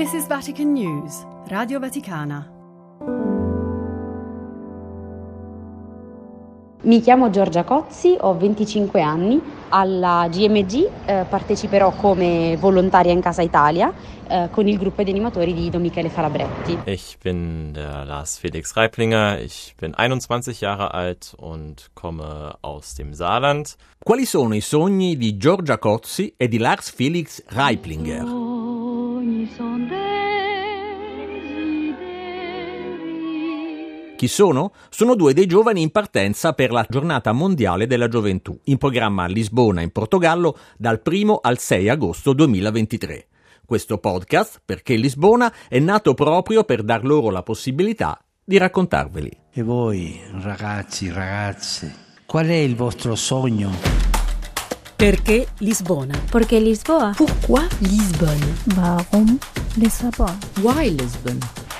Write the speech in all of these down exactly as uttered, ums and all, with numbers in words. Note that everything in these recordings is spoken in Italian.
This is Vatican News, Radio Vaticana. Mi chiamo Giorgia Cozzi, ho venticinque anni, alla G M G eh, parteciperò come volontaria in Casa Italia eh, con il gruppo di animatori di Don Michele Falabretti. Ich bin der Lars Felix Reiplinger, ich bin einundzwanzig Jahre alt und komme aus dem Saarland. Quali sono i sogni di Giorgia Cozzi e di Lars Felix Reiplinger? Chi sono? Sono due dei giovani in partenza per la Giornata Mondiale della Gioventù, in programma a Lisbona, in Portogallo, dal primo al sei agosto duemilaventitré. Questo podcast, Perché Lisbona, è nato proprio per dar loro la possibilità di raccontarveli. E voi, ragazzi, ragazze, qual è il vostro sogno? Perché Lisbona? Perché Lisboa? Pourquoi Lisbonne? Warum Lissabon? Why Lisbon?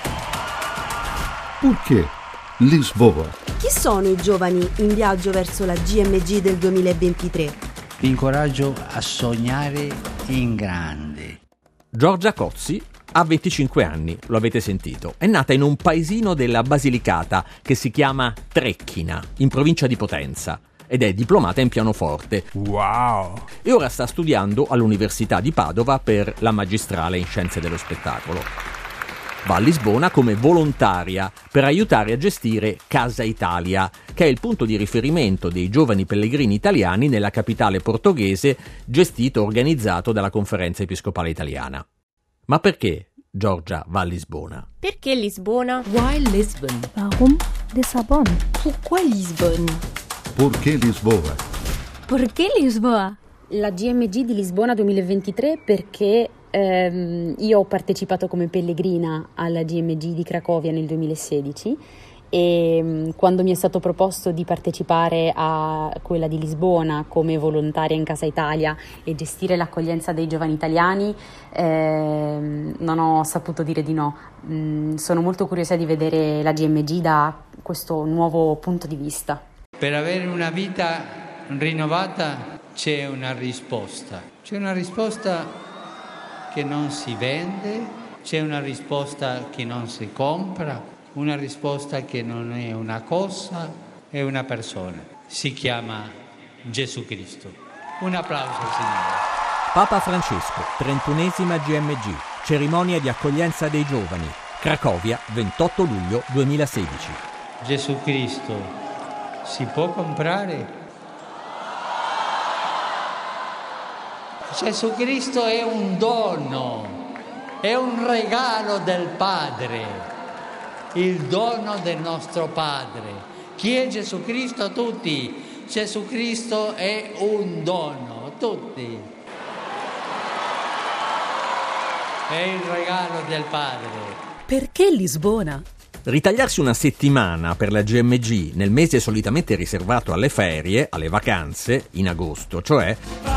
Perché Lisboa? Chi sono i giovani in viaggio verso la G M G del duemilaventitré? Vi incoraggio a sognare in grande. Giorgia Cozzi ha venticinque anni, lo avete sentito. È nata in un paesino della Basilicata che si chiama Trecchina, in provincia di Potenza, ed è diplomata in pianoforte. Wow! E ora sta studiando all'Università di Padova per la magistrale in scienze dello spettacolo. Va a Lisbona come volontaria per aiutare a gestire Casa Italia, che è il punto di riferimento dei giovani pellegrini italiani nella capitale portoghese, gestito e organizzato dalla Conferenza Episcopale Italiana. Ma perché Giorgia va a Lisbona? Perché Lisbona? Why Lisbon? Warum Lissabon? Pourquoi Lisbonne? Perché Lisboa? Perché Lisboa? La G M G di Lisbona duemilaventitré perché ehm, io ho partecipato come pellegrina alla G M G di Cracovia nel duemilasedici e quando mi è stato proposto di partecipare a quella di Lisbona come volontaria in Casa Italia e gestire l'accoglienza dei giovani italiani, ehm, non ho saputo dire di no. Mm, sono molto curiosa di vedere la G M G da questo nuovo punto di vista. Per avere una vita rinnovata c'è una risposta, c'è una risposta che non si vende, c'è una risposta che non si compra, una risposta che non è una cosa, è una persona. Si chiama Gesù Cristo. Un applauso, Signore. Papa Francesco, trentunesima G M G, cerimonia di accoglienza dei giovani, Cracovia, ventotto luglio duemilasedici. Gesù Cristo si può comprare? Gesù Cristo è un dono, è un regalo del Padre, il dono del nostro Padre. Chi è Gesù Cristo? Tutti. Gesù Cristo è un dono, tutti. È il regalo del Padre. Perché Lisbona? Ritagliarsi una settimana per la G M G nel mese solitamente riservato alle ferie, alle vacanze, in agosto, cioè,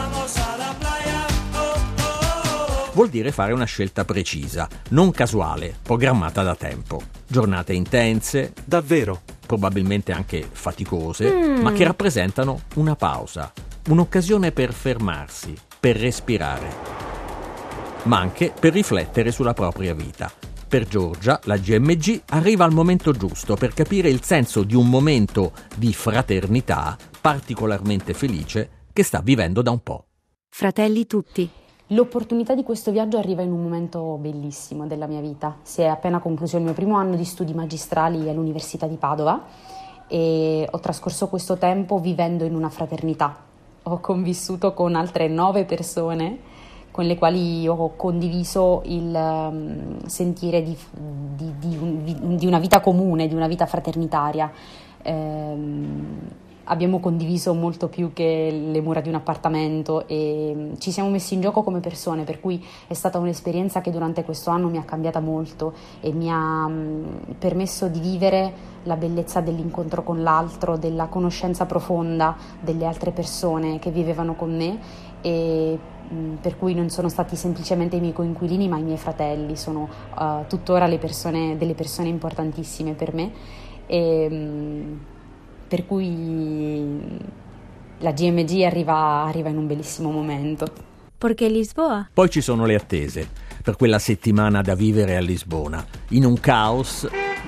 vuol dire fare una scelta precisa, non casuale, programmata da tempo. Giornate intense, davvero, probabilmente anche faticose, mm. ma che rappresentano una pausa, un'occasione per fermarsi, per respirare, ma anche per riflettere sulla propria vita. Per Giorgia, la G M G arriva al momento giusto per capire il senso di un momento di fraternità particolarmente felice che sta vivendo da un po'. Fratelli tutti. L'opportunità di questo viaggio arriva in un momento bellissimo della mia vita. Si è appena concluso il mio primo anno di studi magistrali all'Università di Padova e ho trascorso questo tempo vivendo in una fraternità. Ho convissuto con altre nove persone con le quali ho condiviso il um, sentire di, di, di, di una vita comune, di una vita fraternitaria. Ehm, abbiamo condiviso molto più che le mura di un appartamento e ci siamo messi in gioco come persone, per cui è stata un'esperienza che durante questo anno mi ha cambiata molto e mi ha um, permesso di vivere la bellezza dell'incontro con l'altro, della conoscenza profonda delle altre persone che vivevano con me e per cui non sono stati semplicemente i miei coinquilini ma i miei fratelli, sono uh, tuttora le persone, delle persone importantissime per me e um, per cui la G M G arriva, arriva in un bellissimo momento. Perché Lisboa? Poi ci sono le attese. per quella settimana da vivere a Lisbona, in un caos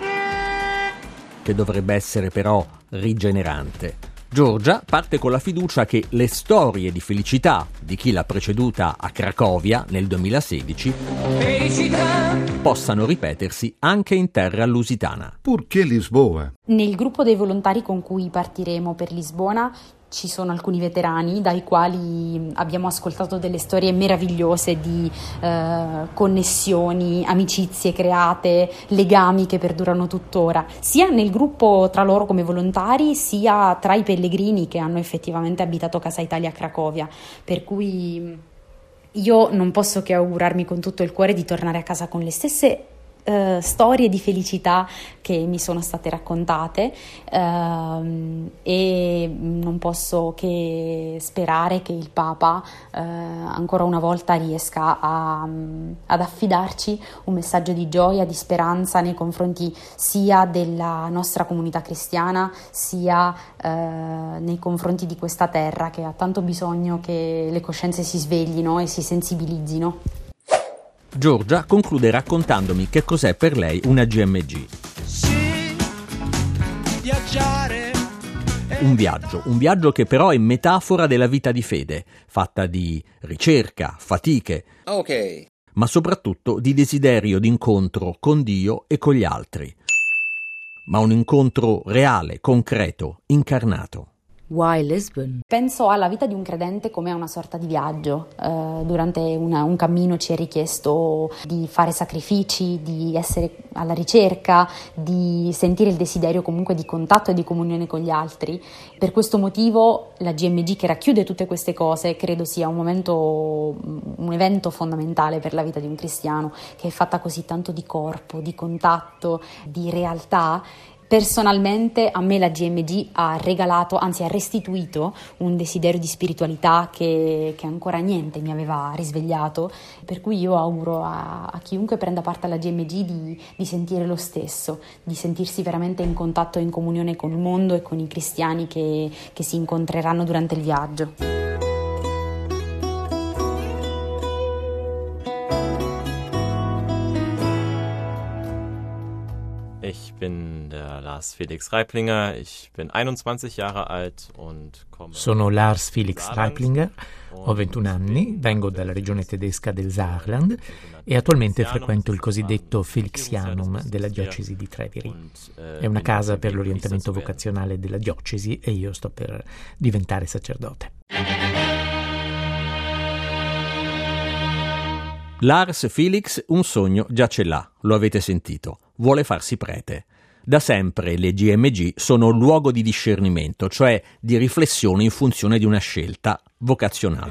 che dovrebbe essere però rigenerante. Giorgia parte con la fiducia che le storie di felicità di chi l'ha preceduta a Cracovia nel duemilasedici felicità. possano ripetersi anche in terra lusitana. Perché Lisboa? Nel gruppo dei volontari con cui partiremo per Lisbona ci sono alcuni veterani dai quali abbiamo ascoltato delle storie meravigliose di eh, connessioni, amicizie create, legami che perdurano tuttora, sia nel gruppo tra loro come volontari, sia tra i pellegrini che hanno effettivamente abitato Casa Italia a Cracovia, per cui io non posso che augurarmi con tutto il cuore di tornare a casa con le stesse Uh, storie di felicità che mi sono state raccontate uh, e non posso che sperare che il Papa uh, ancora una volta riesca a, um, ad affidarci un messaggio di gioia, di speranza nei confronti sia della nostra comunità cristiana sia uh, nei confronti di questa terra che ha tanto bisogno che le coscienze si sveglino e si sensibilizzino. Giorgia conclude raccontandomi che cos'è per lei una G M G. Sì, viaggiare. Un viaggio, un viaggio che però è metafora della vita di fede, fatta di ricerca, fatiche, ok, ma soprattutto di desiderio di incontro con Dio e con gli altri. Ma un incontro reale, concreto, incarnato. Why Lisbon? Penso alla vita di un credente come a una sorta di viaggio. Eh, durante una, un cammino ci è richiesto di fare sacrifici, di essere alla ricerca, di sentire il desiderio comunque di contatto e di comunione con gli altri. Per questo motivo la G M G, che racchiude tutte queste cose, credo sia un momento, un evento fondamentale per la vita di un cristiano, che è fatta così tanto di corpo, di contatto, di realtà. Personalmente a me la G M G ha regalato, anzi ha restituito un desiderio di spiritualità che, che ancora niente mi aveva risvegliato, per cui io auguro a, a chiunque prenda parte alla G M G di, di sentire lo stesso, di sentirsi veramente in contatto e in comunione con il mondo e con i cristiani che, che si incontreranno durante il viaggio. Ich bin der Lars Felix Reiplinger, ich bin einundzwanzig Jahre alt und komme... Sono Lars Felix Reiplinger, ho ventuno anni, vengo dalla regione tedesca del Saarland e attualmente frequento il cosiddetto Felixianum della diocesi di Treviri. È una casa per l'orientamento vocazionale della diocesi e io sto per diventare sacerdote. Lars Felix un sogno già ce l'ha, lo avete sentito, vuole farsi prete. Da sempre le G M G sono luogo di discernimento, cioè di riflessione in funzione di una scelta vocazionale.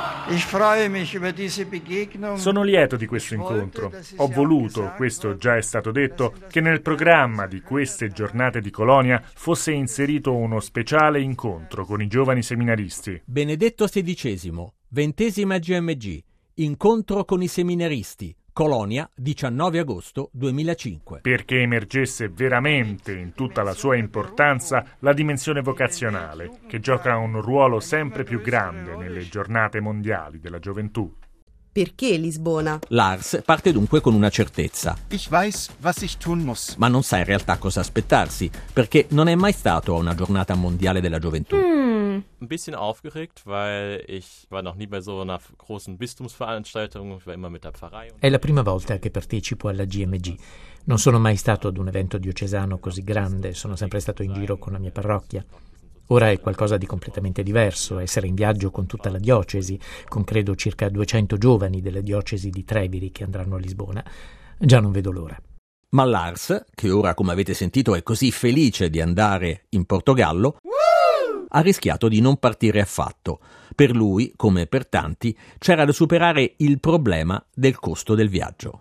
Sono lieto di questo incontro. Ho voluto, questo già è stato detto, che nel programma di queste giornate di Colonia fosse inserito uno speciale incontro con i giovani seminaristi. Benedetto sedicesimo, ventesima G M G. Incontro con i seminaristi, Colonia, diciannove agosto duemilacinque. Perché emergesse veramente in tutta la sua importanza la dimensione vocazionale, che gioca un ruolo sempre più grande nelle giornate mondiali della gioventù. Perché Lisbona? Lars parte dunque con una certezza. Ich weiß, was ich tun muss. Ma non sa in realtà cosa aspettarsi, perché non è mai stato a una giornata mondiale della gioventù. Mm. Ein bisschen aufgeregt, weil ich war noch nie bei so einer großen Bistumsveranstaltung, ich war immer mit der Pfarrei. È la prima volta che partecipo alla G M G. Non sono mai stato ad un evento diocesano così grande, sono sempre stato in giro con la mia parrocchia. Ora è qualcosa di completamente diverso, essere in viaggio con tutta la diocesi, con credo circa duecento giovani della diocesi di Treviri che andranno a Lisbona. Già non vedo l'ora. Ma Lars, che ora, come avete sentito, è così felice di andare in Portogallo, ha rischiato di non partire affatto. Per lui, come per tanti, c'era da superare il problema del costo del viaggio.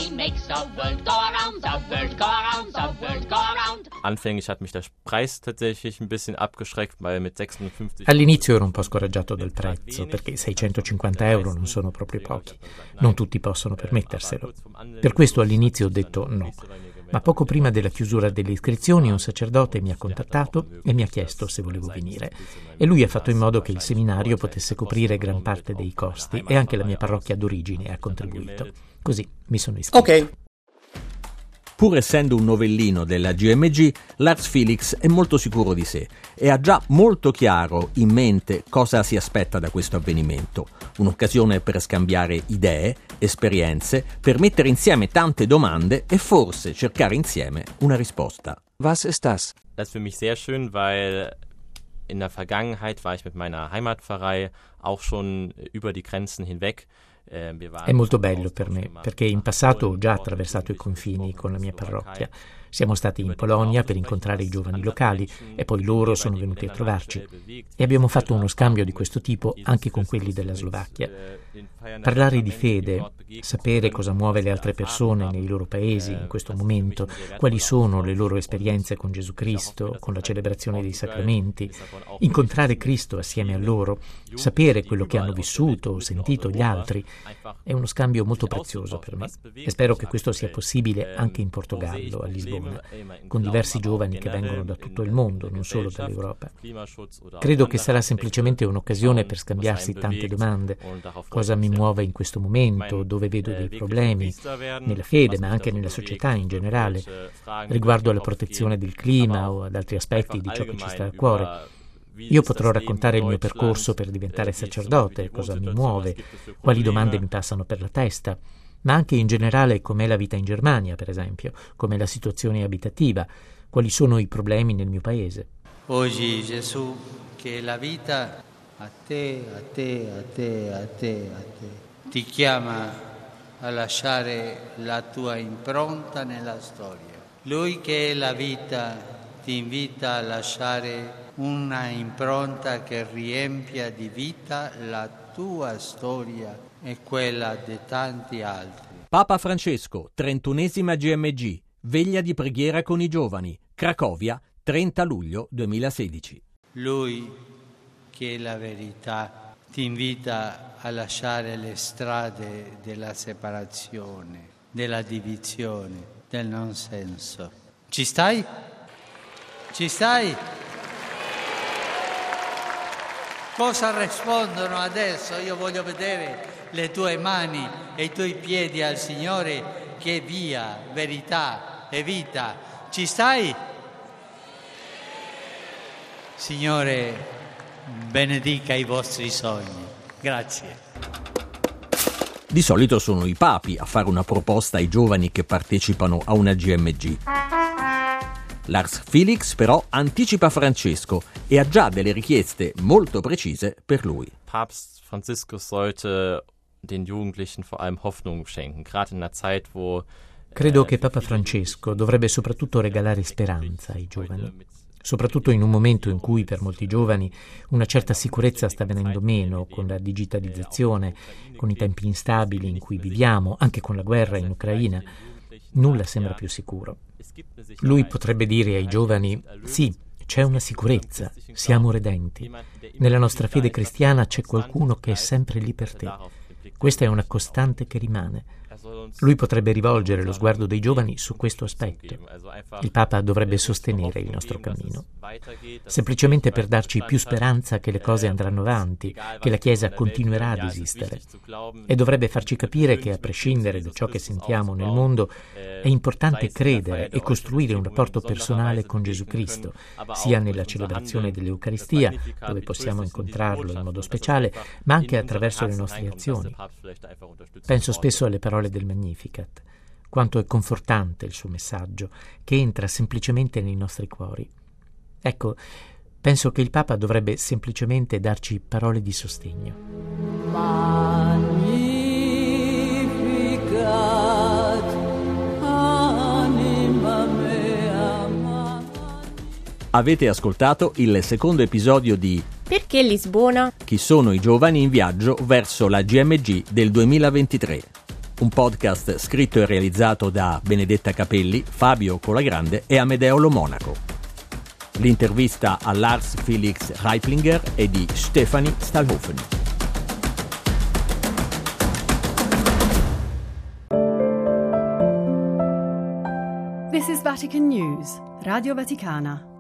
Anfänglich hat mich der Preis tatsächlich ein bisschen abgeschreckt, weil mit sechshundertfünfzig... All'inizio ero un po' scoraggiato dal prezzo, perché seicentocinquanta euro non sono proprio pochi. Non tutti possono permetterselo. Per questo all'inizio ho detto no. Ma poco prima della chiusura delle iscrizioni un sacerdote mi ha contattato e mi ha chiesto se volevo venire. E lui ha fatto in modo che il seminario potesse coprire gran parte dei costi e anche la mia parrocchia d'origine ha contribuito. Così mi sono iscritto. Ok. Pur essendo un novellino della G M G, Lars Vilks è molto sicuro di sé e ha già molto chiaro in mente cosa si aspetta da questo avvenimento. Un'occasione per scambiare idee, esperienze, per mettere insieme tante domande e forse cercare insieme una risposta. Was ist das? Das ist für mich sehr schön, weil in der Vergangenheit war ich mit meiner Heimatpfarrei auch schon über die Grenzen hinweg. È molto bello per me, perché in passato ho già attraversato i confini con la mia parrocchia. Siamo stati in Polonia per incontrare i giovani locali e poi loro sono venuti a trovarci. E abbiamo fatto uno scambio di questo tipo anche con quelli della Slovacchia. Parlare di fede, sapere cosa muove le altre persone nei loro paesi in questo momento, quali sono le loro esperienze con Gesù Cristo, con la celebrazione dei sacramenti, incontrare Cristo assieme a loro, sapere quello che hanno vissuto o sentito gli altri, è uno scambio molto prezioso per me. E spero che questo sia possibile anche in Portogallo, a Lisbona, con diversi giovani che vengono da tutto il mondo, non solo dall'Europa. Credo che sarà semplicemente un'occasione per scambiarsi tante domande. Cosa mi muove in questo momento, dove vedo dei problemi, nella fede, ma anche nella società in generale, riguardo alla protezione del clima o ad altri aspetti di ciò che ci sta a cuore. Io potrò raccontare il mio percorso per diventare sacerdote, cosa mi muove, quali domande mi passano per la testa, ma anche in generale com'è la vita in Germania, per esempio, com'è la situazione abitativa, quali sono i problemi nel mio paese. Oggi Gesù, che la vita a te, a te, a te, a te, a te, ti chiama a lasciare la tua impronta nella storia. Lui che è la vita ti invita a lasciare una impronta che riempia di vita la tua storia e quella di tanti altri. Papa Francesco, trentunesima G M G, veglia di preghiera con i giovani, Cracovia, trenta luglio duemilasedici. Lui, che è la verità, ti invita a lasciare le strade della separazione, della divisione, del non senso. Ci stai? Ci stai? Cosa rispondono adesso? Io voglio vedere le tue mani e i tuoi piedi al Signore, che è via, verità e vita. Ci stai? Signore, benedica i vostri sogni. Grazie. Di solito sono i papi a fare una proposta ai giovani che partecipano a una G M G. Lars Vilks però anticipa Francesco e ha già delle richieste molto precise per lui. Papst Franziskus sollte den Jugendlichen vor allem Hoffnung schenken, gerade in einer Zeit wo Credo che Papa Francesco dovrebbe soprattutto regalare speranza ai giovani, soprattutto in un momento in cui per molti giovani una certa sicurezza sta venendo meno con la digitalizzazione, con i tempi instabili in cui viviamo, anche con la guerra in Ucraina. Nulla sembra più sicuro. Lui potrebbe dire ai giovani: sì, c'è una sicurezza, siamo redenti. Nella nostra fede cristiana c'è qualcuno che è sempre lì per te. Questa è una costante che rimane. Lui potrebbe rivolgere lo sguardo dei giovani su questo aspetto. Il Papa dovrebbe sostenere il nostro cammino, semplicemente per darci più speranza che le cose andranno avanti, che la Chiesa continuerà ad esistere. E dovrebbe farci capire che, a prescindere da ciò che sentiamo nel mondo, è importante credere e costruire un rapporto personale con Gesù Cristo, sia nella celebrazione dell'Eucaristia, dove possiamo incontrarlo in modo speciale, ma anche attraverso le nostre azioni. Penso spesso alle parole del Magnificat, quanto è confortante il suo messaggio, che entra semplicemente nei nostri cuori. Ecco, penso che il Papa dovrebbe semplicemente darci parole di sostegno. Magnificat, anima mea. Avete ascoltato il secondo episodio di Perché Lisbona? Chi sono i giovani in viaggio verso la G M G del duemilaventitré? Un podcast scritto e realizzato da Benedetta Capelli, Fabio Colagrande e Amedeo Lo Monaco. L'intervista a Lars Vilks Reiplinger è di Stefanie Stahlhofen. This Vatican News, Radio Vaticana.